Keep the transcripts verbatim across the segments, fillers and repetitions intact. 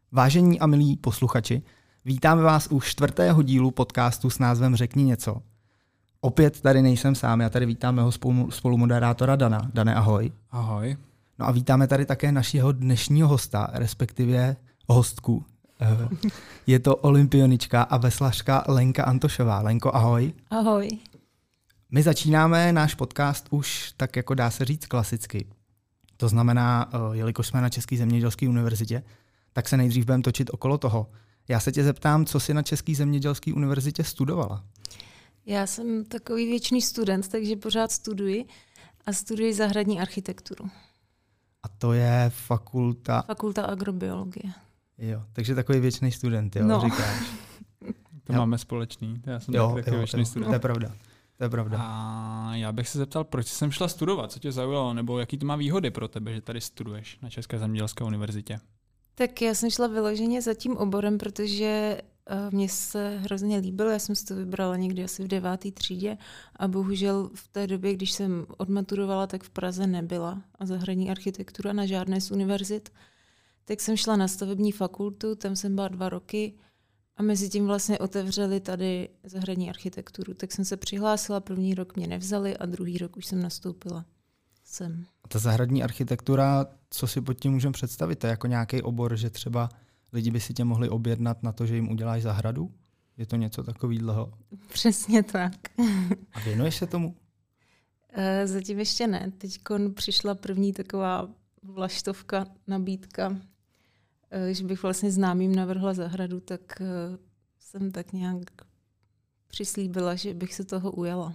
Vážení a milí posluchači, vítáme vás u čtvrtého dílu podcastu s názvem Řekni něco. Opět tady nejsem sám, já tady vítám mého spolu, spolumoderátora Dana. Dane, ahoj. Ahoj. No a vítáme tady také našeho dnešního hosta, respektive hostku. Je to olympionička a veslařka Lenka Antošová. Lenko, ahoj. Ahoj. My začínáme náš podcast už tak jako dá se říct klasicky. To znamená, jelikož jsme na České zemědělské univerzitě, tak se nejdřív budeme točit okolo toho. Já se tě zeptám, co jsi na České zemědělské univerzitě studovala? Já jsem takový věčný student, takže pořád studuji a studuji zahradní architekturu. A to je fakulta... Fakulta agrobiologie. Jo, takže takový věčný student, jo, no. říkáš. To jo. Máme společný, já jsem jo, taky jo, věčný to, student. To je pravda. To je pravda. A já bych se zeptal, proč jsem šla studovat, co tě zaujalo, nebo jaký to má výhody pro tebe, že tady studuješ na České zemědělské univerzitě? Tak já jsem šla vyloženě za tím oborem, protože uh, mě se hrozně líbil, já jsem si to vybrala někdy asi v deváté třídě a bohužel v té době, když jsem odmaturovala, tak v Praze nebyla a zahradní architektura na žádné z univerzit. Tak jsem šla na stavební fakultu, tam jsem byla dva roky a mezi tím vlastně otevřeli tady zahradní architekturu. Tak jsem se přihlásila, první rok mě nevzali a druhý rok už jsem nastoupila sem. A ta zahradní architektura, co si pod tím můžeme představit? To je jako nějaký obor, že třeba lidi by si tě mohli objednat na to, že jim uděláš zahradu? Je to něco takového? Přesně tak. A věnuješ se tomu? E, zatím ještě ne. Teď přišla první taková vlaštovka, nabídka, e, že bych vlastně známým navrhla zahradu, tak e, jsem tak nějak přislíbila, že bych se toho ujala.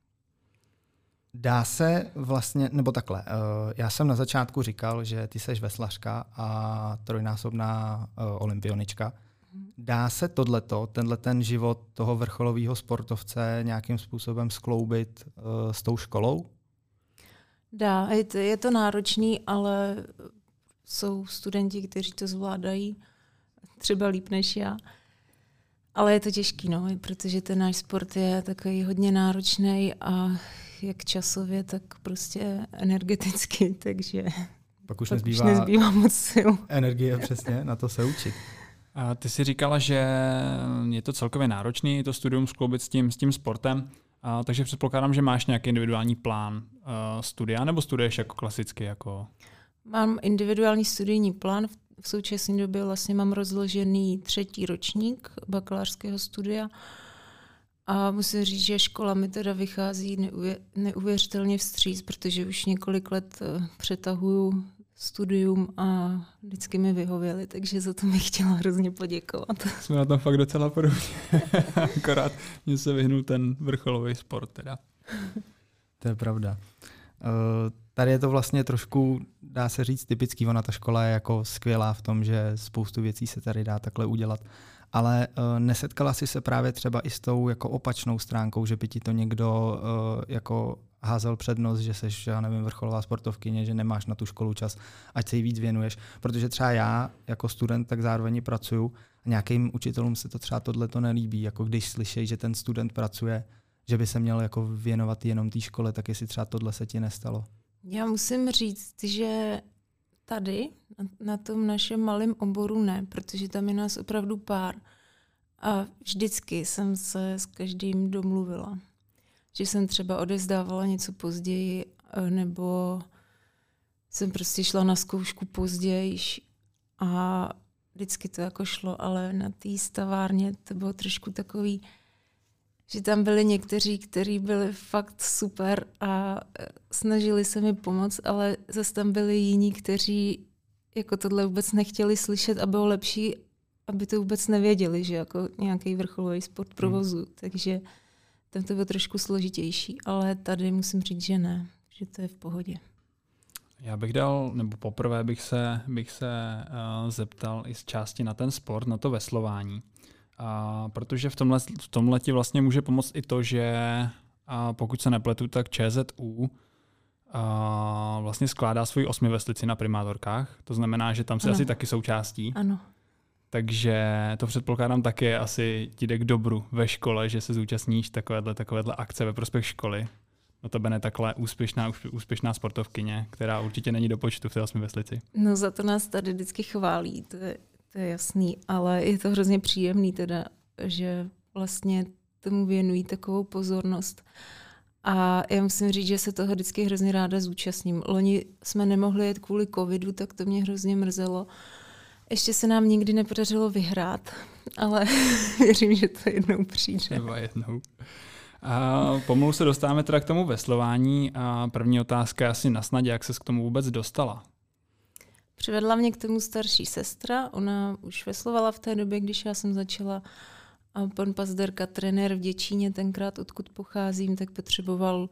Dá se vlastně, nebo takhle, já jsem na začátku říkal, že ty seš veslařka a trojnásobná olympionička. Dá se tohleto, tenhle ten život toho vrcholového sportovce nějakým způsobem skloubit s tou školou? Dá, je to, je to náročný, ale jsou studenti, kteří to zvládají třeba líp než já. Ale je to těžký, no, protože ten náš sport je takový hodně náročný a jak časově, tak prostě energeticky, takže pak už, pak nezbývá, už nezbývá moc sil. Energie, přesně, na to se učit. A ty jsi říkala, že je to celkově náročný, to studium skloubit s tím, s tím sportem, a, takže předpokládám, že máš nějaký individuální plán uh, studia, nebo studuješ jako klasicky? Jako... Mám individuální studijní plán, v současné době vlastně mám rozložený třetí ročník bakalářského studia. A musím říct, že škola mi teda vychází neuvě- neuvěřitelně vstříc, protože už několik let přetahuju studium a vždycky mi vyhověli, takže za to bych chtěla hrozně poděkovat. Jsme na tom fakt docela podobně. Akorát mě se vyhnul ten vrcholový sport teda. To je pravda. Uh, tady je to vlastně trošku, dá se říct, typický. Ona ta škola je jako skvělá v tom, že spoustu věcí se tady dá takhle udělat. Ale uh, nesetkala jsi se právě třeba i s tou jako opačnou stránkou, že by ti to někdo uh, jako házel před nos, že seš, já nevím, vrcholová sportovkyně, že nemáš na tu školu čas, ať se jí víc věnuješ. Protože třeba já jako student tak zároveň pracuju a nějakým učitelům se to třeba tohleto nelíbí, jako když slyšej, že ten student pracuje, že by se měl jako věnovat jenom té škole, tak jestli třeba tohle se ti nestalo. Já musím říct, že tady na tom našem malém oboru ne, protože tam je nás opravdu pár. A vždycky jsem se s každým domluvila. Že jsem třeba odevzdávala něco později, nebo jsem prostě šla na zkoušku později a vždycky to jako šlo, ale na té stavárně to bylo trošku takový, že tam byli někteří, kteří byli fakt super a snažili se mi pomoct, ale zase tam byli jiní, kteří jako tohle vůbec nechtěli slyšet a bylo lepší, aby to vůbec nevěděli, že jako nějaký vrcholový sport provozu. Hmm. Takže tam to bylo trošku složitější, ale tady musím říct, že ne, že to je v pohodě. Já bych dal, nebo poprvé bych se, bych se uh, zeptal i z části na ten sport, na to veslování. Uh, protože v tomhle, v tomhle ti vlastně může pomoct i to, že uh, pokud se nepletu, tak ČZÚ uh, vlastně skládá svoji osmi veslici na primátorkách. To znamená, že tam si ano. asi taky součástí. Ano. Takže to předpokládám taky asi ti jde k dobru ve škole, že se zúčastníš takovéhle, takovéhle akce ve prospěch školy. Notabene takhle úspěšná, úspěšná sportovkyně, která určitě není do počtu v té osmi veslici. No za to nás tady vždycky chválí. To je, To je jasný, ale je to hrozně příjemný teda, že vlastně tomu věnují takovou pozornost. A já musím říct, že se toho vždycky hrozně ráda zúčastním. Loni jsme nemohli jet kvůli covidu, tak to mě hrozně mrzelo. Ještě se nám nikdy nepodařilo vyhrát, ale věřím, že to jednou přijde. Třeba jednou. A pomalu se dostáváme teda k tomu veslování a první otázka je asi na snadě, jak ses k tomu vůbec dostala? Přivedla mě k tomu starší sestra, ona už veslovala v té době, když já jsem začala. A pan Pazderka, trenér v Děčíně, tenkrát odkud pocházím, tak potřeboval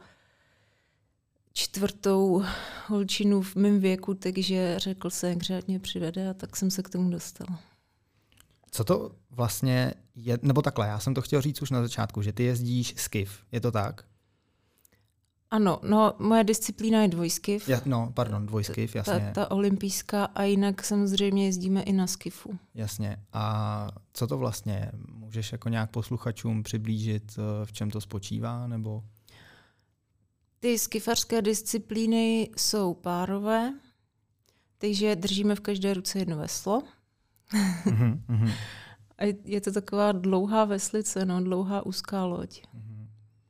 čtvrtou holčinu v mém věku, takže řekl se, že mě přivede a tak jsem se k tomu dostala. Co to vlastně je, nebo takhle, já jsem to chtěl říct už na začátku, že ty jezdíš skiff, je to tak? Ano, no moje disciplína je dvojskiff. Ja, no, pardon, dvojskiff, jasně. Ta, ta olympijská a jinak samozřejmě jezdíme i na skifu. Jasně. A co to vlastně je? Můžeš jako nějak posluchačům přiblížit, v čem to spočívá, nebo? Ty skifařské disciplíny jsou párové, takže držíme v každé ruce jedno veslo. Mm-hmm, mm-hmm. A je to taková dlouhá veslice, no, dlouhá úzká loď. Mm-hmm.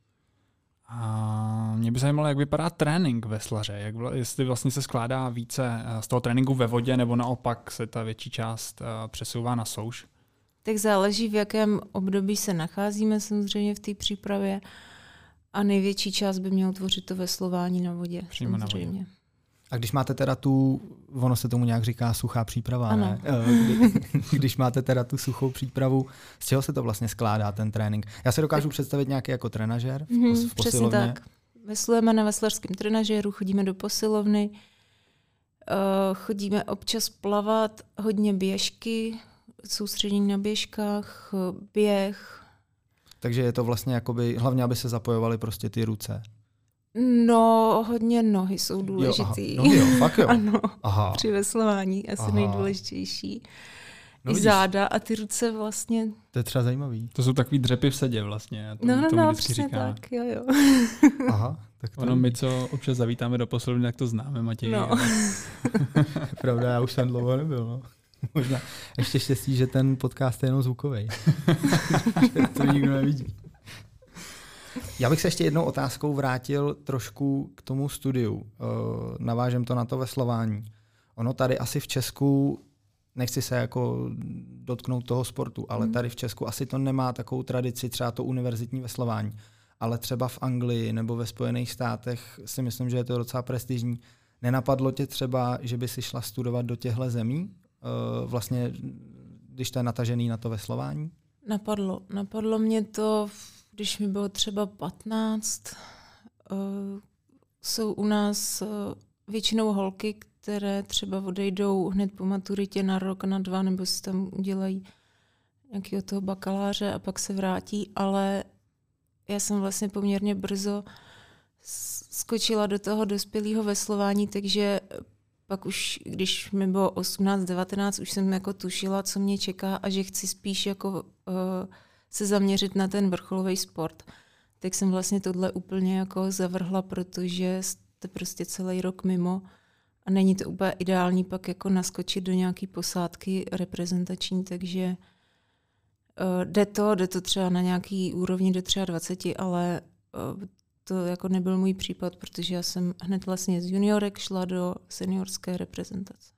A mě by zajímalo, jak vypadá trénink veslaře. Jak, jestli vlastně se skládá více z toho tréninku ve vodě, nebo naopak se ta větší část přesouvá na souš? Tak záleží, v jakém období se nacházíme samozřejmě v té přípravě. A největší část by mělo tvořit to veslování na vodě. Přímo samozřejmě. na vodě. A když máte teda tu, ono se tomu nějak říká suchá příprava, ano. Ne? Kdy, když máte teda tu suchou přípravu, z čeho se to vlastně skládá ten trénink? Já si dokážu tak představit nějaký jako trenažér v, mm, v posilovně. Přesně tak. Veslujeme na veslařském trenažéru, chodíme do posilovny, uh, chodíme občas plavat, hodně běžky, soustředění na běžkách, běh. Takže je to vlastně jakoby, hlavně, aby se zapojovaly prostě ty ruce. No, hodně nohy jsou důležitý. Jo, aha. Nohy jo, fakt jo. Ano, aha. při veslování asi aha. nejdůležitější. No I vidíš, záda a ty ruce vlastně. to je třeba zajímavý. To jsou takový dřepy v sedě vlastně. Já to, No, no, to no, vždycky přesně říká. tak, jo, jo. Aha, tak to Ono my, co občas zavítáme do posilovny, tak to známe, Matěj. No. Pravda, já už jsem dlouho nebyl. No. Možná ještě štěstí, že ten podcast je jenom zvukový. To nikdo nevidí. Já bych se ještě jednou otázkou vrátil trošku k tomu studiu. Navážem to na to veslování. Ono tady asi v Česku, nechci se jako dotknout toho sportu, ale tady v Česku asi to nemá takovou tradici, třeba to univerzitní veslování. Ale třeba v Anglii nebo ve Spojených státech si myslím, že je to docela prestižní. Nenapadlo tě třeba, že by si šla studovat do těchto zemí? Vlastně, když to je natažený na to veslování? Napadlo. Napadlo mě to, když mi bylo třeba patnáct. Uh, jsou u nás uh, většinou holky, které třeba odejdou hned po maturitě na rok, na dva, nebo si tam udělají nějakého toho bakaláře a pak se vrátí, ale já jsem vlastně poměrně brzo skočila do toho dospělého veslování, takže pak už, když mi bylo osmnáct devatenáct, už jsem jako tušila, co mě čeká a že chci spíš jako uh, se zaměřit na ten vrcholový sport. Tak jsem vlastně tohle úplně jako zavrhla, protože jste prostě celý rok mimo a není to úplně ideální pak jako naskočit do nějaký posádky reprezentační, takže uh, jde to, jde to třeba na nějaký úrovni do dvacet tři, ale uh, to jako nebyl můj případ, protože já jsem hned vlastně z juniorek šla do seniorské reprezentace.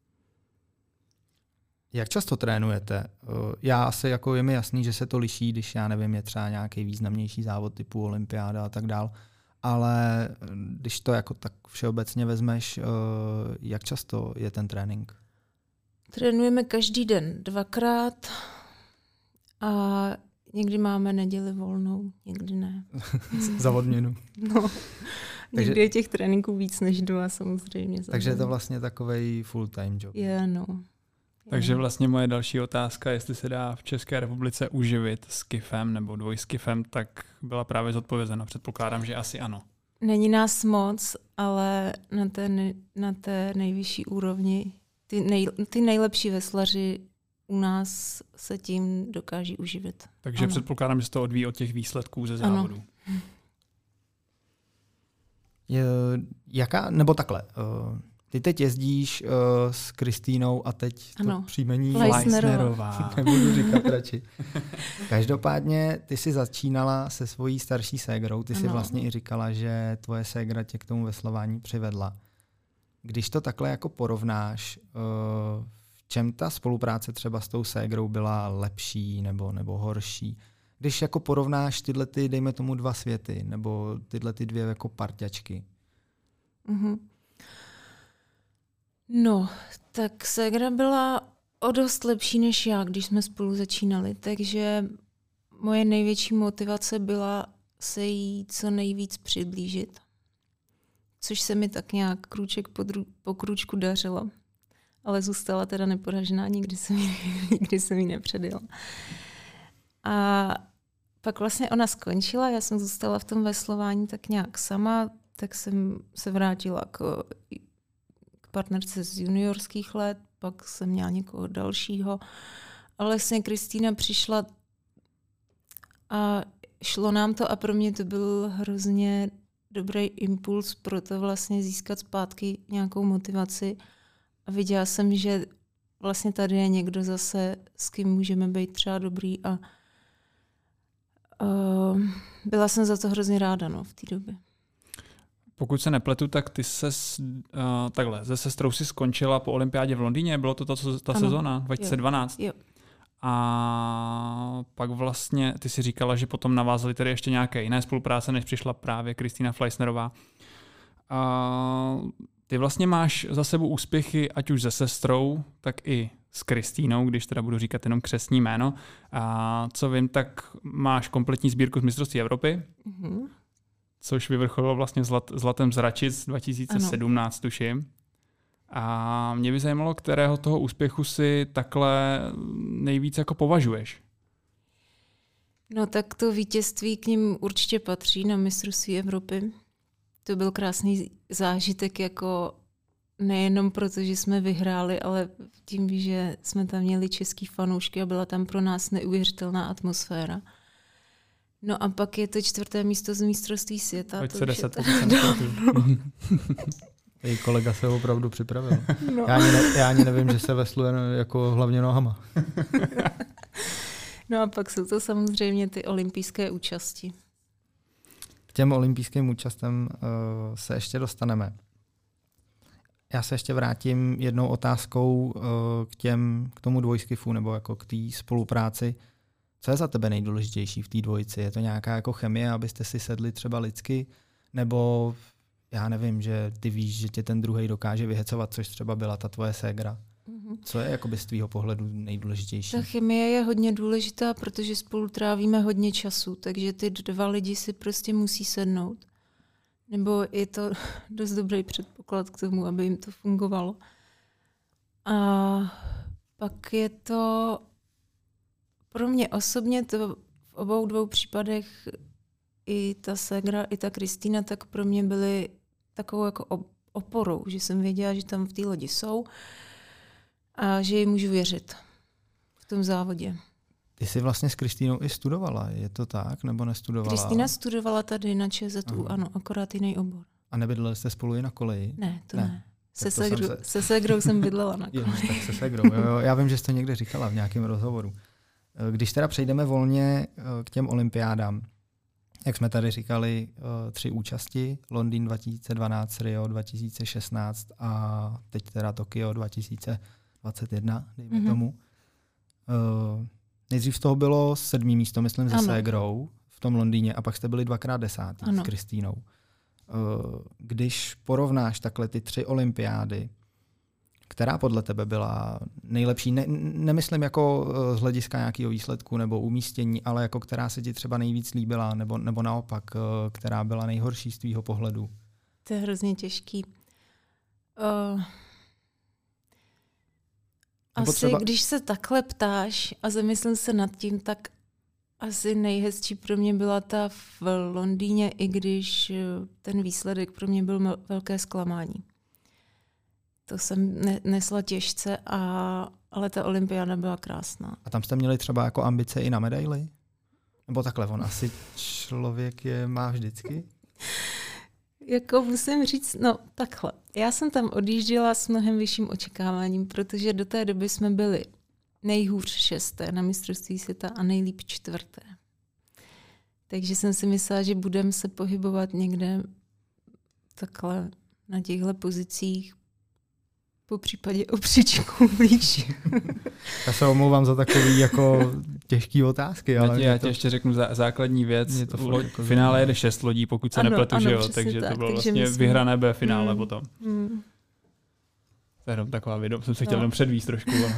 Jak často trénujete? Já asi jako je mi jasný, že se to liší, když já nevím, je třeba nějaký významnější závod typu olympiáda a tak dál, ale když to jako tak všeobecně vezmeš, jak často je ten trénink? Trénujeme každý den dvakrát a někdy máme neděli volnou, někdy ne. Za odměnu. No, takže, někdy je těch tréninků víc než dva samozřejmě. Takže je to vlastně takovej full-time job. Je, no. Takže vlastně moje další otázka, jestli se dá v České republice uživit skifem nebo dvojskifem, tak byla právě zodpovězena. Předpokládám, že asi ano. Není nás moc, ale na té, ne, na té nejvyšší úrovni ty, nej, ty nejlepší veslaři u nás se tím dokáží uživit. Takže ano. Předpokládám, že se to odvíjí od těch výsledků ze závodu. Ano. Je, jaká, nebo takhle, Ty teď jezdíš uh, s Kristýnou a teď ano. to příjmení Fleissnerová. Nebudu říkat radši. Každopádně ty jsi začínala se svojí starší ségrou. Ty ano. jsi vlastně i říkala, že tvoje ségra tě k tomu veslování přivedla. Když to takhle jako porovnáš, uh, v čem ta spolupráce třeba s tou ségrou byla lepší nebo, nebo horší? Když jako porovnáš tyhle ty, dejme tomu dva světy, nebo tyhle ty dvě jako parťačky. Mm-hmm. No, tak ségra byla o dost lepší než já, když jsme spolu začínali, takže moje největší motivace byla se jí co nejvíc přiblížit, což se mi tak nějak krůček po, dru- po krůčku dařilo, ale zůstala teda neporažená, nikdy jsem jí, nikdy jsem jí nepředjela. A pak vlastně ona skončila, já jsem zůstala v tom veslování tak nějak sama, tak jsem se vrátila k, k partnerce z juniorských let, pak jsem měla někoho dalšího. Ale vlastně Kristýna přišla a šlo nám to a pro mě to byl hrozně dobrý impuls pro to vlastně získat zpátky nějakou motivaci. A viděla jsem, že vlastně tady je někdo zase, s kým můžeme být třeba dobrý a uh, byla jsem za to hrozně ráda no, v té době. Pokud se nepletu, tak ty se uh, takhle, se sestrou si skončila po olympiádě v Londýně, bylo to ta, ta ano, sezóna dva tisíce dvanáct? Jo. A pak vlastně ty si říkala, že potom navázali tedy ještě nějaké jiné spolupráce, než přišla právě Kristýna Fleissnerová. A ty vlastně máš za sebou úspěchy ať už se sestrou, tak i s Kristýnou, když teda budu říkat jenom křestní jméno. A co vím, tak máš kompletní sbírku z mistrovství Evropy, mm-hmm. což vyvrcholilo vlastně zlat, zlatem z Račic dva tisíce sedmnáct, ano. tuším. A mě by zajímalo, kterého toho úspěchu si takhle nejvíc jako považuješ. No tak to vítězství k nim určitě patří na mistrovství Evropy. To byl krásný zážitek, jako nejenom proto, že jsme vyhráli, ale tím, že jsme tam měli český fanoušky a byla tam pro nás neuvěřitelná atmosféra. No a pak je to čtvrté místo z mistrovství světa. Pojď se deset. Její kolega se opravdu připravil. No. Já, ani ne, já ani nevím, že se vesluje jako hlavně nohama. No a pak jsou to samozřejmě ty olympijské účasti. K těm olympijským účastem uh, se ještě dostaneme. Já se ještě vrátím jednou otázkou uh, k, těm, k tomu dvojskifu nebo jako k té spolupráci. Co je za tebe nejdůležitější v té dvojici? Je to nějaká jako chemie, abyste si sedli třeba lidsky? Nebo já nevím, že ty víš, že tě ten druhej dokáže vyhecovat, což třeba byla ta tvoje ségra. Mm-hmm. Co je jakoby z tvýho pohledu nejdůležitější? Ta chemie je hodně důležitá, protože spolu trávíme hodně času, takže ty dva lidi si prostě musí sednout. Nebo je to dost dobrý předpoklad k tomu, aby jim to fungovalo. A pak je to pro mě osobně to v obou dvou případech i ta ségra, i ta Kristýna, tak pro mě byly takovou jako oporou, že jsem věděla, že tam v té lodi jsou a že jim můžu věřit v tom závodě. Ty jsi vlastně s Kristýnou i studovala, je to tak, nebo nestudovala? Kristýna studovala tady na ČZU, uh-huh. ano, akorát jiný obor. A nebydleli jste spolu i na koleji? Ne, to ne. ne. Se, ségru, se... se ségrou jsem bydlela na koleji. Jo, tak se ségrou, jo, jo. Já vím, že jsi to někde říkala v nějakém rozhovoru. Když teda přejdeme volně k těm olympiádám, jak jsme tady říkali, tři účasti, Londýn dva tisíce dvanáct, Rio dva tisíce šestnáct a teď teda Tokio dva tisíce dvacet jedna, dejme mm-hmm. tomu. Uh, nejdřív z toho bylo sedmý místo, myslím, se ségrou v tom Londýně a pak jste byli dvakrát desátý ano. s Kristýnou. Uh, když porovnáš takhle ty tři olympiády, která podle tebe byla nejlepší? Ne, nemyslím jako z hlediska nějakého výsledku nebo umístění, ale jako která se ti třeba nejvíc líbila, nebo, nebo naopak, která byla nejhorší z tvýho pohledu? To je hrozně těžký. Uh, asi třeba... když se takhle ptáš a zamyslím se nad tím, tak asi nejhezčí pro mě byla ta v Londýně, i když ten výsledek pro mě byl velké zklamání. To jsem nesla těžce, a, ale ta olympiáda byla krásná. A tam jste měli třeba jako ambice i na medaily? Nebo takhle, on asi člověk je má vždycky? jako musím říct, no takhle. Já jsem tam odjížděla s mnohem vyšším očekáváním, protože do té doby jsme byli nejhůř šesté na mistrovství světa a nejlíp čtvrté. Takže jsem si myslela, že budeme se pohybovat někde takhle na těchto pozicích, po případě o příčku blíž. Já se omlouvám za takový jako těžký otázky. Ale já to... ti ještě řeknu zá, základní věc. To Lo, jako finále jede šest lodí, pokud se ano, nepletu, ano, že jo? Takže tak, to bylo takže vlastně myslím... vyhrané B finále hmm. potom. Hmm. To je jenom taková video, jsem se chtěl no. jenom předvíst trošku. Ale...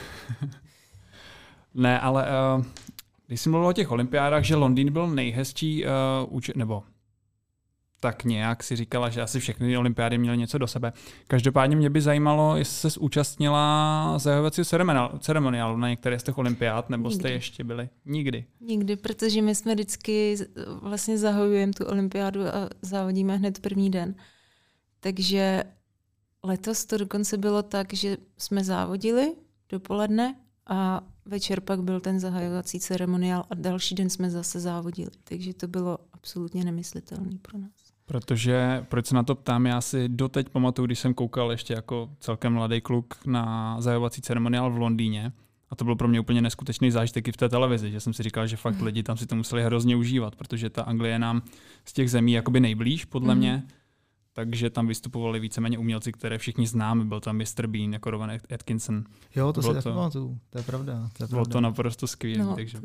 ne, ale uh, když jsem mluvil o těch olympiádách, že Londýn byl nejhezčí, uh, uč- nebo tak nějak si říkala, že asi všechny olympiády měly něco do sebe. Každopádně mě by zajímalo, jestli se zúčastnila zahajovacího ceremoniálu na některé z těch olympiád, nebo Nikdy. jste ještě byli? Nikdy. Nikdy, protože my jsme vždycky vlastně zahajujeme tu olympiádu a závodíme hned první den. Takže letos to dokonce bylo tak, že jsme závodili dopoledne a večer pak byl ten zahajovací ceremoniál a další den jsme zase závodili. Takže to bylo absolutně nemyslitelné pro nás. Protože, proč se na to ptám, já si doteď pamatuju, když jsem koukal ještě jako celkem mladý kluk na zahajovací ceremoniál v Londýně, a to byl pro mě úplně neskutečný zážitek i v té televizi, že jsem si říkal, že fakt lidi tam si to museli hrozně užívat, protože ta Anglie je nám z těch zemí jakoby nejblíž, podle mě, takže tam vystupovali víceméně umělci, které všichni známe, byl tam mister Bean, jako Rowan Atkinson. Jo, to bylo si tak to, pamatuju, to je pravda. To je bylo pravda. to naprosto skvělé. No, takže... to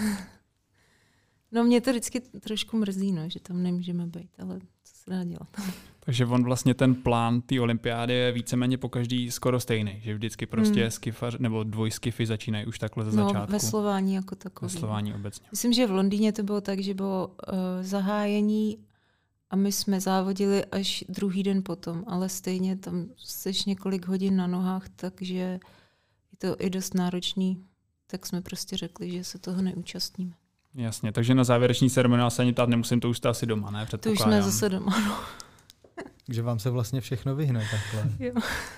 no mě to vždycky trošku mrzí, no, že tam nemůžeme být, ale co se dá dělat. Takže on vlastně ten plán té olympiády je víceméně po každý skoro stejný, že vždycky prostě hmm. skifař, nebo dvojskify začínají už takhle ze no, začátku. veslování jako takové. Veslování obecně. Myslím, že v Londýně to bylo tak, že bylo uh, zahájení a my jsme závodili až druhý den potom, ale stejně tam seš několik hodin na nohách, takže je to i dost náročný, tak jsme prostě řekli, že se toho neúčastníme. Jasně, takže na závěrečný ceremoniál se ani ptát nemusím, to už jste asi doma, ne? To už jsme zase doma, no. Takže vám se vlastně všechno vyhne takhle. Jo.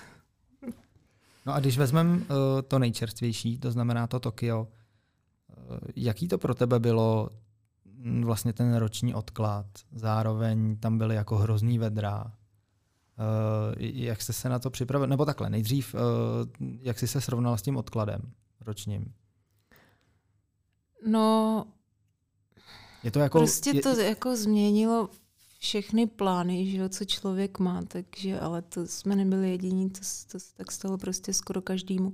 No a když vezmeme uh, to nejčerstvější, to znamená to Tokio, uh, jaký to pro tebe bylo m, vlastně ten roční odklad? Zároveň tam byly jako hrozný vedra. Uh, jak jste se na to připravil? Nebo takhle, nejdřív, uh, jak jsi se srovnal s tím odkladem ročním? No, je to jako, prostě je, to jako změnilo všechny plány, že jo, co člověk má, takže, ale to jsme nebyli jediní, to, to tak stalo prostě skoro každému.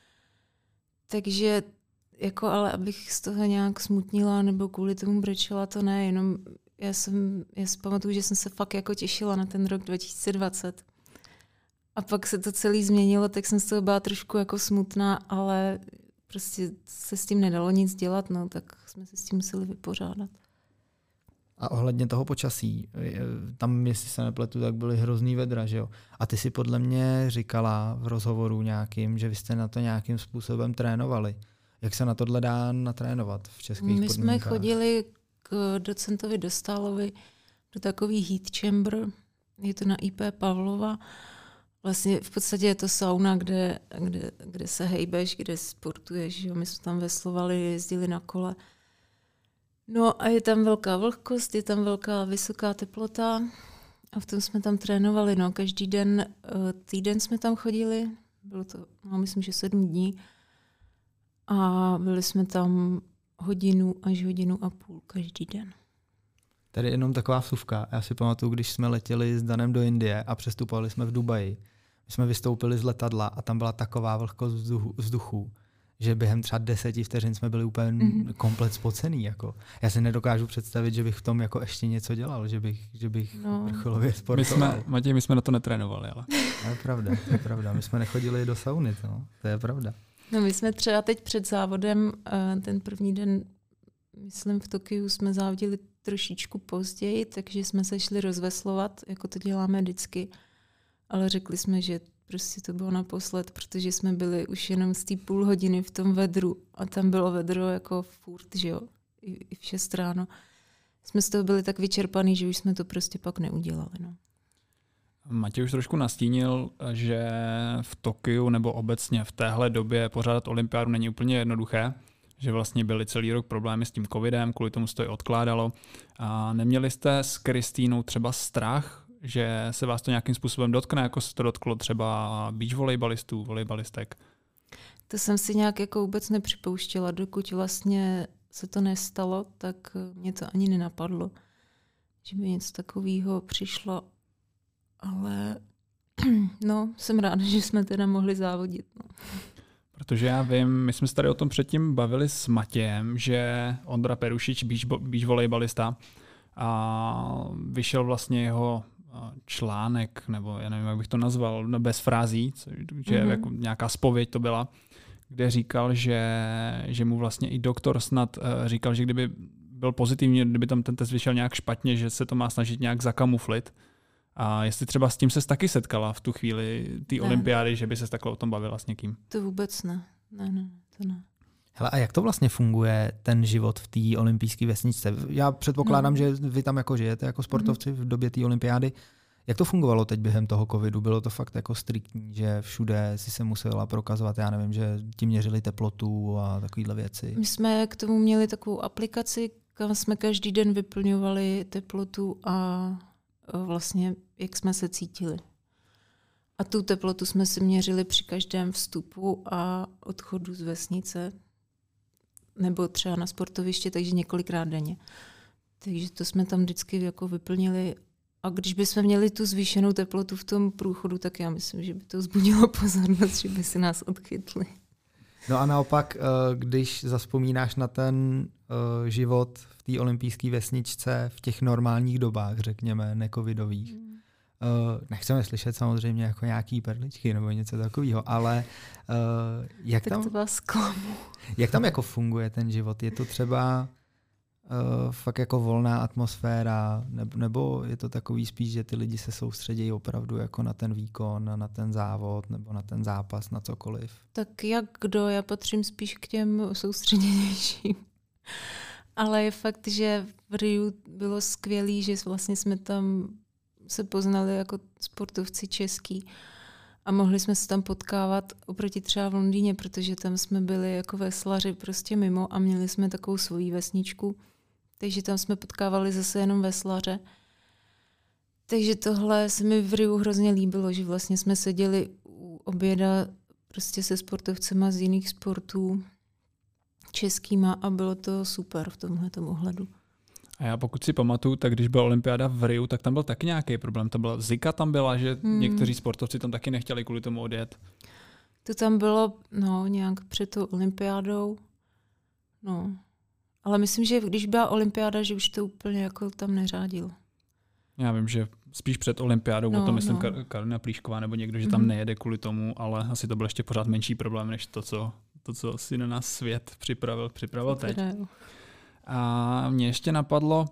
Takže, jako, ale abych z toho nějak smutnila nebo kvůli tomu brečela, to ne, jenom já jsem, já si pamatuju, že jsem se fakt jako těšila na ten rok dva tisíce dvacet. A pak se to celé změnilo, tak jsem z toho byla trošku jako smutná, ale prostě se s tím nedalo nic dělat, no, tak jsme se s tím museli vypořádat. A ohledně toho počasí, tam, jestli se nepletu, tak byly hrozný vedra, že jo? A ty si podle mě říkala v rozhovoru nějakým, že vy jste na to nějakým způsobem trénovali. Jak se na tohle dá natrénovat v českých My podmínkách? jsme chodili k docentovi Dostálovi do takový heat chamber, je to na I P Pavlova. Vlastně v podstatě je to sauna, kde, kde, kde se hejbeš, kde sportuješ. Jo? My jsme tam veslovali, jezdili na kole. No a je tam velká vlhkost, je tam velká vysoká teplota a v tom jsme tam trénovali. No. Každý den, týden jsme tam chodili, bylo to, no, myslím, že sedm dní a byli jsme tam hodinu až hodinu a půl každý den. Tady jenom taková vsuvka. Já si pamatuju, když jsme letěli s Danem do Indie a přestupovali jsme v Dubaji. My jsme vystoupili z letadla a tam byla taková vlhkost vzduchu, vzduchu že během třeba deseti vteřin jsme byli úplně mm-hmm. komplet spocený. Jako. Já si nedokážu představit, že bych v tom jako ještě něco dělal, že bych, že bych no. vrcholově sportoval. My jsme, Matěj, my jsme na to netrénovali, ale. To je pravda, to je pravda. My jsme nechodili do sauny, no. To je pravda. No my jsme třeba teď před závodem, ten první den, myslím v Tokiu, jsme závodili trošičku později, takže jsme se šli rozveslovat, jako to děláme vždycky. Ale řekli jsme, že prostě to bylo naposled, protože jsme byli už jenom z té půl hodiny v tom vedru a tam bylo vedro jako furt, že jo, i, i v šest ráno. Jsme z toho byli tak vyčerpaný, že už jsme to prostě pak neudělali. No. Matěj už trošku nastínil, že v Tokiu nebo obecně v téhle době pořádat olympiádu není úplně jednoduché, že vlastně byly celý rok problémy s tím covidem, kvůli tomu se to i odkládalo. A neměli jste s Kristýnou třeba strach, že se vás to nějakým způsobem dotkne, jako se to dotklo třeba beach volejbalistů, volejbalistek? To jsem si nějak jako vůbec nepřipouštěla. Dokud vlastně se to nestalo, tak mě to ani nenapadlo, že by něco takového přišlo. Ale no, jsem ráda, že jsme teda mohli závodit. No. Protože já vím, my jsme se tady o tom předtím bavili s Matějem, že Ondra Perušič, beach, beach volejbalista, a vyšel vlastně jeho článek, nebo já nevím, jak bych to nazval, no bez frází, že mm-hmm. jako nějaká zpověď to byla, kde říkal, že, že mu vlastně i doktor snad říkal, že kdyby byl pozitivní, kdyby tam ten test vyšel nějak špatně, že se to má snažit nějak zakamuflit. A jestli třeba s tím ses taky setkala v tu chvíli té olympiády, že by ses takhle o tom bavila s někým? To vůbec ne. Ne, ne, to ne. Hele, a jak to vlastně funguje, ten život v té olympijské vesničce? Já předpokládám, no. že vy tam jako žijete jako sportovci v době té olympiády. Jak to fungovalo teď během toho covidu? Bylo to fakt jako striktní, že všude si se musela prokazovat, já nevím, že ti měřili teplotu a takovéhle věci? My jsme k tomu měli takovou aplikaci, kam jsme každý den vyplňovali teplotu a vlastně jak jsme se cítili. A tu teplotu jsme si měřili při každém vstupu a odchodu z vesnice, nebo třeba na sportoviště, takže několikrát denně. Takže to jsme tam vždycky jako vyplnili. A když bychom měli tu zvýšenou teplotu v tom průchodu, tak já myslím, že by to vzbudilo pozornost, že by si nás odchytli. No a naopak, když zavzpomínáš na ten život v té olympijské vesničce v těch normálních dobách, řekněme, necovidových, hmm. nechceme slyšet samozřejmě jako nějaký perličky nebo něco takového, ale jak tak tam, to vás zklamu. Jak tam jako funguje ten život? Je to třeba uh, fakt jako volná atmosféra, nebo, nebo je to takový spíš, že ty lidi se soustředí opravdu jako na ten výkon, na ten závod nebo na ten zápas, na cokoliv? Tak jak kdo? Já patřím spíš k těm soustředěnějším. Ale je fakt, že v Riu bylo skvělý, že vlastně jsme tam se poznali jako sportovci český a mohli jsme se tam potkávat oproti třeba v Londýně, protože tam jsme byli jako veslaři prostě mimo a měli jsme takovou svoji vesničku, takže tam jsme potkávali zase jenom veslaře. Takže tohle se mi v Riu hrozně líbilo, že vlastně jsme seděli u oběda prostě se sportovcema z jiných sportů českýma a bylo to super v tomhletom ohledu. A já pokud si pamatuju, tak když byla olympiáda v Riu, tak tam byl taky nějaký problém. To byla Zika tam byla, že hmm. někteří sportovci tam taky nechtěli kvůli tomu odjet. To tam bylo no, nějak před tou olympiádou. No. Ale myslím, že když byla olympiáda, že už to úplně jako tam neřádilo. Já vím, že spíš před olympiádou, no, o tom myslím no. Kar- Karolina Plíšková nebo někdo, že tam mm-hmm. nejede kvůli tomu, ale asi to byl ještě pořád menší problém, než to, co, to, co si na nás svět připravil, připravil teď. A mě ještě napadlo,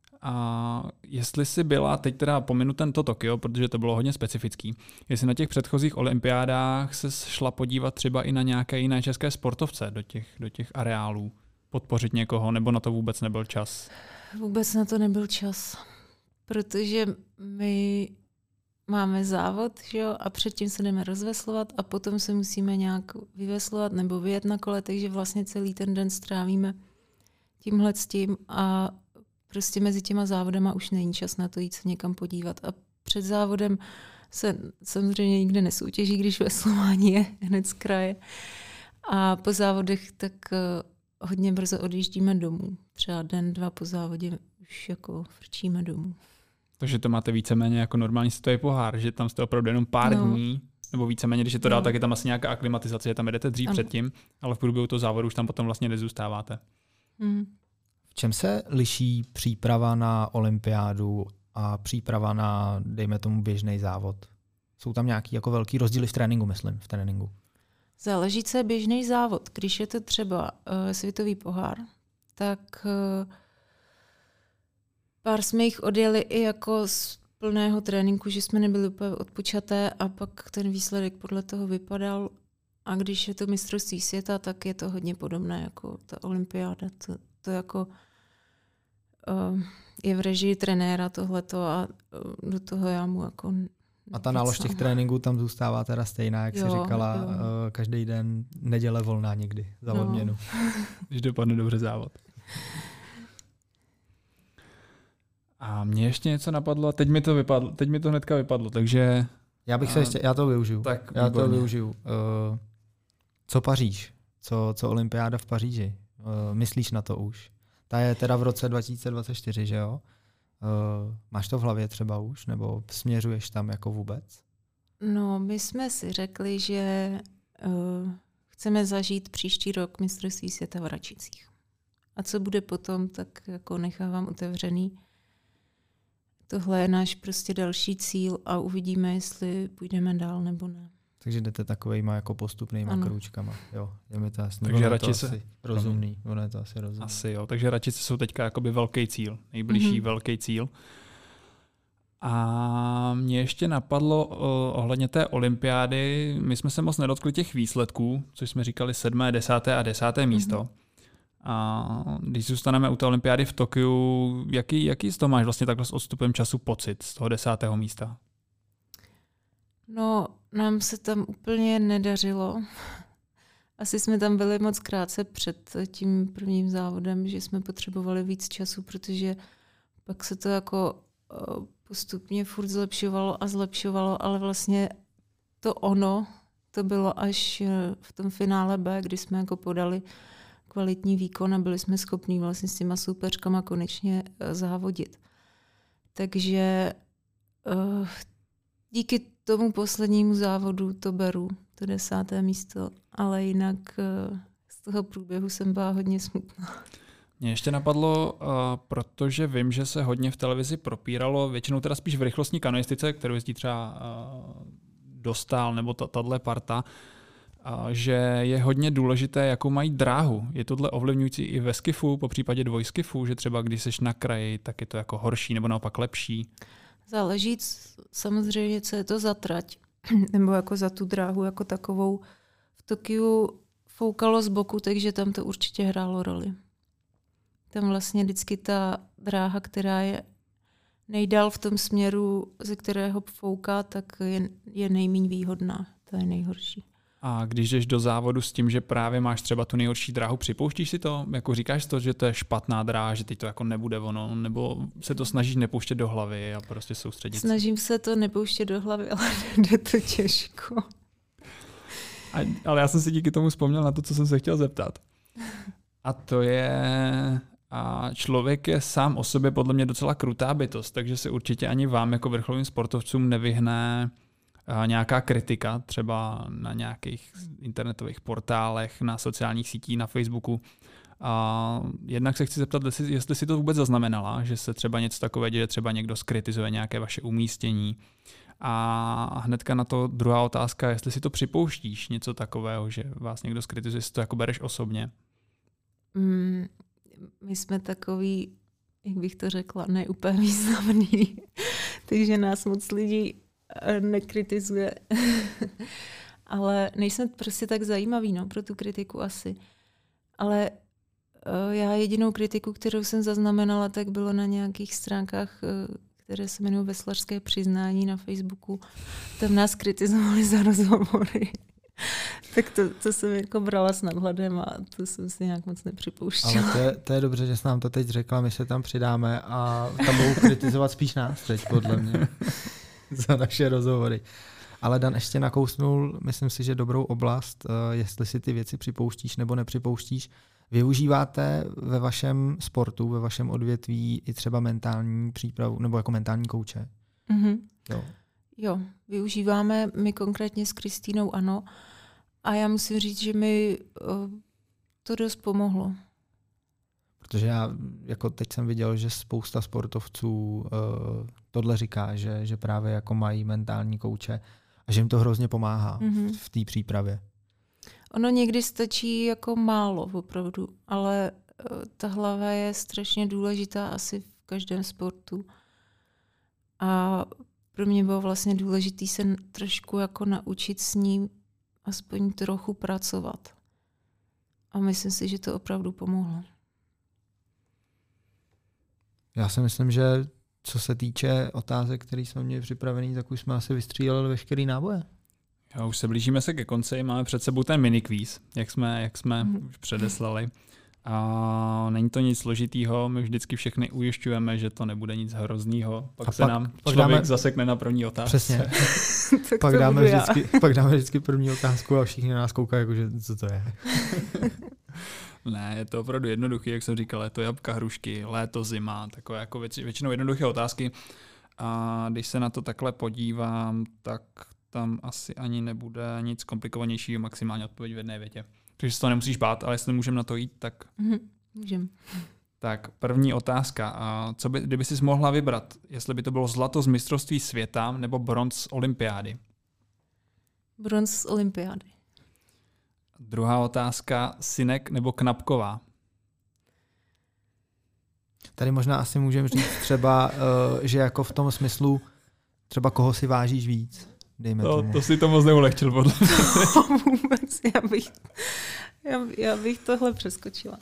a jestli jsi byla, teď teda pominu tento Tokio, protože to bylo hodně specifický, jestli na těch předchozích olympiádách se šla podívat třeba i na nějaké jiné české sportovce do těch, do těch areálů, podpořit někoho, nebo na to vůbec nebyl čas? Vůbec na to nebyl čas, protože my máme závod, že jo, a předtím se jdeme rozveslovat a potom se musíme nějak vyveslovat nebo vyjet na kole, takže vlastně celý ten den strávíme tímhle s tím a prostě mezi těma závodama už není čas na to jít se někam podívat. A před závodem se samozřejmě nikde nesoutěží, když veslování je hned z kraje. A po závodech tak hodně brzo odjíždíme domů. Třeba den, dva po závodě už jako frčíme domů. Takže to máte víceméně jako normální světový pohár, že tam jste opravdu jenom pár no. dní, nebo víceméně, když je to dál, no. tak je tam asi nějaká aklimatizace, že tam jedete dřív ano. předtím, ale v průběhu toho závodu už tam potom vlastně nezůstáváte. Hmm. V čem se liší příprava na olympiádu a příprava na, dejme tomu, běžný závod? Jsou tam nějaký jako velký rozdíly v tréninku, myslím, v tréninku? Záleží, co je běžný závod. Když je to třeba uh, světový pohár, tak uh, pár jsme jich odjeli i jako z plného tréninku, že jsme nebyli úplně odpočaté a pak ten výsledek podle toho vypadal. A když je to mistrovství světa, tak je to hodně podobné jako ta olympiáda. To, to jako uh, je v režii trenéra tohleto a uh, do toho já mu jako A ta nálož těch tréninků tam zůstává teda stejná, jak jo, jsi říkala, jo. každý den, neděle volná někdy za No. odměnu. Když dopadne dobře závod. A mě ještě něco napadlo a teď mi to vypadlo, teď mi to hnedka vypadlo, takže... Já bych se ještě, já to využiju. Tak, já to výborně. využiju. Uh, co Paříž? Co, co olympiáda v Paříži? Uh, myslíš na to už? Ta je teda v roce dva tisíce dvacet čtyři, že jo? Uh, máš to v hlavě třeba už? Nebo směřuješ tam jako vůbec? No, my jsme si řekli, že uh, chceme zažít příští rok mistrovství světa v Račicích. A co bude potom, tak jako nechávám otevřený. Tohle je náš prostě další cíl a uvidíme, jestli půjdeme dál nebo ne. Takže jdete takovejma jako postupnýma Ano. kroučkama. Jo, je mi to jasný. Takže Ono je radši to se- asi rozumný. Ono je to asi rozumný. Asi jo, takže Račice jsou teďka jakoby velký cíl, nejbližší Mhm. mm-hmm. velký cíl. A mě ještě napadlo o, ohledně té olympiády, my jsme se moc nedotkli těch výsledků, což jsme říkali sedmé, desáté a desáté místo. Mhm. A když zůstaneme u té olympiády v Tokiu, jaký, jaký z toho máš vlastně takhle s odstupem času pocit z toho desátého místa? No, nám se tam úplně nedařilo. Asi jsme tam byli moc krátce před tím prvním závodem, že jsme potřebovali víc času, protože pak se to jako uh, postupně furt zlepšovalo a zlepšovalo, ale vlastně to ono, to bylo až uh, v tom finále B, kdy jsme jako podali kvalitní výkon a byli jsme schopní vlastně s těma soupeřkama konečně uh, závodit. Takže uh, díky tomu poslednímu závodu to beru, to desáté místo, ale jinak uh, z toho průběhu jsem byla hodně smutná. Mě ještě napadlo, uh, protože vím, že se hodně v televizi propíralo, většinou teda spíš v rychlostní kanoistice, kterou jezdí třeba uh, Dostál nebo tahle parta, uh, že je hodně důležité, jakou mají dráhu. Je tohle ovlivňující i ve skifu, po případě dvojskifu, že třeba když seš na kraji, tak je to jako horší nebo naopak lepší? Záleží samozřejmě, co je to za trať, nebo jako za tu dráhu jako takovou. V Tokiu foukalo z boku, takže tam to určitě hrálo roli. Tam vlastně vždycky ta dráha, která je nejdál v tom směru, ze kterého fouká, tak je, je nejméně výhodná. To je nejhorší. A když jdeš do závodu s tím, že právě máš třeba tu nejhorší dráhu, připouštíš si to? Jako říkáš to, že to je špatná dráha, že teď to jako nebude ono? Nebo se to snažíš nepouštět do hlavy a prostě soustředit se? Snažím se to nepouštět do hlavy, ale jde to těžko. A, ale já jsem si díky tomu vzpomněl na to, co jsem se chtěl zeptat. A to je... A člověk je sám o sobě podle mě docela krutá bytost, takže se určitě ani vám jako vrcholovým sportovcům nevyhne nějaká kritika, třeba na nějakých internetových portálech, na sociálních sítích, na Facebooku. A jednak se chci zeptat, jestli, jestli si to vůbec zaznamenala, že se třeba něco takové děje, třeba někdo skritizuje nějaké vaše umístění. A hnedka na to druhá otázka, jestli si to připouštíš, něco takového, že vás někdo skritizuje, jestli to jako bereš osobně. Mm, my jsme takový, jak bych to řekla, neúplně významný, takže nás moc lidí nekritizuje. Ale nejsme prostě tak zajímaví, no, pro tu kritiku asi. Ale uh, já jedinou kritiku, kterou jsem zaznamenala, tak bylo na nějakých stránkách, uh, které se jmenují Veslařské přiznání na Facebooku. Tam nás kritizovali za rozhovory. Tak to, to jsem jako brala s nadhledem a to jsem si nějak moc nepřipouštěla. Ale to je, to je dobře, že jsi nám to teď řekla, my se tam přidáme a tam budou kritizovat spíš nás teď, podle mě, za naše rozhovory. Ale Dan ještě nakousnul, myslím si, že dobrou oblast, jestli si ty věci připouštíš nebo nepřipouštíš. Využíváte ve vašem sportu, ve vašem odvětví i třeba mentální přípravu, nebo jako mentální kouče? Mm-hmm. Jo. Jo, využíváme, my konkrétně s Kristýnou ano. A já musím říct, že mi uh, to dost pomohlo. Protože já jako teď jsem viděl, že spousta sportovců uh, tohle říká, že, že právě jako mají mentální kouče a že jim to hrozně pomáhá mm-hmm. v, v té přípravě. Ono někdy stačí jako málo opravdu, ale uh, ta hlava je strašně důležitá asi v každém sportu. A pro mě bylo vlastně důležité se trošku jako naučit s ním aspoň trochu pracovat. A myslím si, že to opravdu pomohlo. Já si myslím, že co se týče otázek, které jsme měli připravený, tak už jsme asi vystříleli veškerý náboje. Já už se blížíme se ke konci, máme před sebou ten minikvíz, jak jsme, jak jsme mm. už předeslali. A není to nic složitýho, my vždycky všechny ujišťujeme, že to nebude nic hroznýho. Pak a se pak, nám pak člověk dáme, zasekne na první otázce. Přesně. pak, dáme vždycky, pak dáme vždycky první otázku a všichni nás koukají, jakože, co to je. Ne, je to opravdu jednoduchý, jak jsem říkal, léto, jabka, hrušky, léto, zima, takové jako věc, většinou jednoduché otázky. A když se na to takhle podívám, tak tam asi ani nebude nic komplikovanějšího, maximálně odpověď v jedné větě. Takže se to nemusíš bát, ale jestli můžeme na to jít, tak... Mm, můžem. Tak první otázka. A co by, kdyby jsi mohla vybrat, jestli by to bylo zlato z mistrovství světa nebo bronz z olympiády? Bronz z olympiády. Druhá otázka, Sinek nebo Knapková? Tady možná asi můžeme říct třeba, že jako v tom smyslu třeba koho si vážíš víc. Dejme to, tomu. To si to moc neulehčil, podle mě. Vůbec, já bych, já, já bych tohle přeskočila.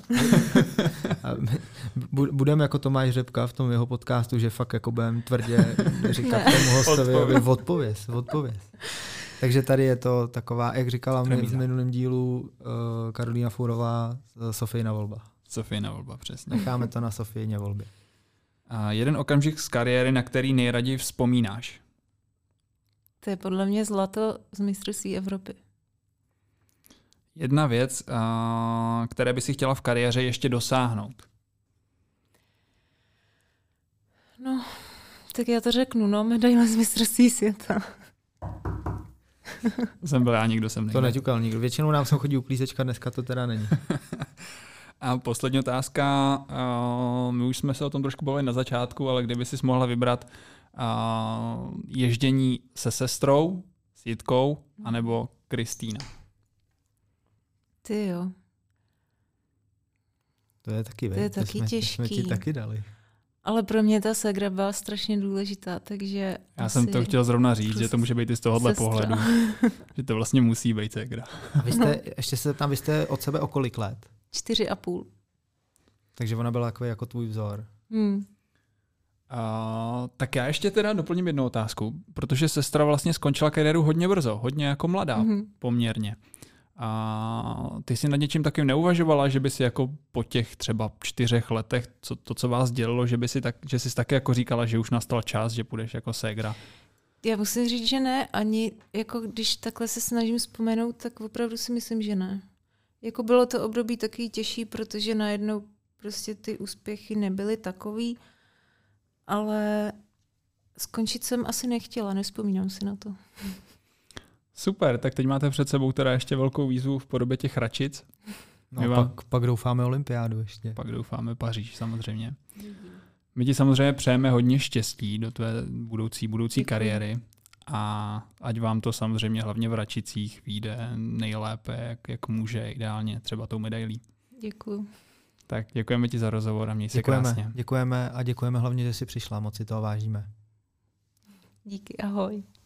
Budeme jako Tomáš Řepka v tom jeho podcastu, že fakt jako budeme tvrdě říkat ne. tomu hostovi, odpověz, odpověz. Takže tady je to taková, jak říkala v minulém dílu uh, Karolína Fourová, Sofijina volba. Sofijina volba, přesně. Necháme to na Sofijině volbě. A jeden okamžik z kariéry, na který nejraději vzpomínáš? To je podle mě zlato z mistrovství Evropy. Jedna věc, a, které by si chtěla v kariéře ještě dosáhnout? No, tak já to řeknu, no, medaile z mistrovství světa. Jsem byl já, nikdo jsem nejde. To neťukal nikdo. Většinou nám sem chodí uklízečka, dneska to teda není. A poslední otázka, uh, my už jsme se o tom trošku bavili na začátku, ale kdyby jsi mohla vybrat uh, ježdění se sestrou, s Jitkou, anebo Kristýna? Ty jo. To je taky, to je to taky jsme, těžký. To jsme ti taky dali. Ale pro mě ta ségra byla strašně důležitá, takže já jsem to chtěl zrovna říct, prostě že to může být i z tohohle sestra. pohledu. Že to vlastně musí být ségra. A vy jste, no. ještě se tam, vy jste od sebe o kolik let? Čtyři a půl. Takže ona byla takový jako tvůj vzor. Hmm. Uh, tak já ještě teda doplním jednu otázku, protože sestra vlastně skončila kariéru hodně brzo, hodně jako mladá mm-hmm. poměrně. A ty jsi nad něčím takovým neuvažovala, že by si jako po těch třeba čtyřech letech, co, to, co vás dělalo, že by si tak, že jsi taky jako říkala, že už nastal čas, že půjdeš jako ségra? Já musím říct, že ne. Ani jako když takhle se snažím vzpomenout, tak opravdu si myslím, že ne. Jako bylo to období taky těžší, protože najednou prostě ty úspěchy nebyly takový, ale skončit jsem asi nechtěla, nevzpomínám si na to. Super, tak teď máte před sebou teda ještě velkou výzvu v podobě těch Račic. No vám... pak, pak doufáme olympiádu ještě. Pak doufáme Paříž samozřejmě. My ti samozřejmě přejeme hodně štěstí do tvé budoucí, budoucí Děkuji. kariéry a ať vám to samozřejmě hlavně v Račicích vyjde nejlépe, jak, jak může, ideálně třeba tou medailí. Děkuji. Tak děkujeme ti za rozhovor a měj se děkujeme, krásně. Děkujeme a děkujeme hlavně, že jsi přišla, moc si toho vážíme. Díky, ahoj.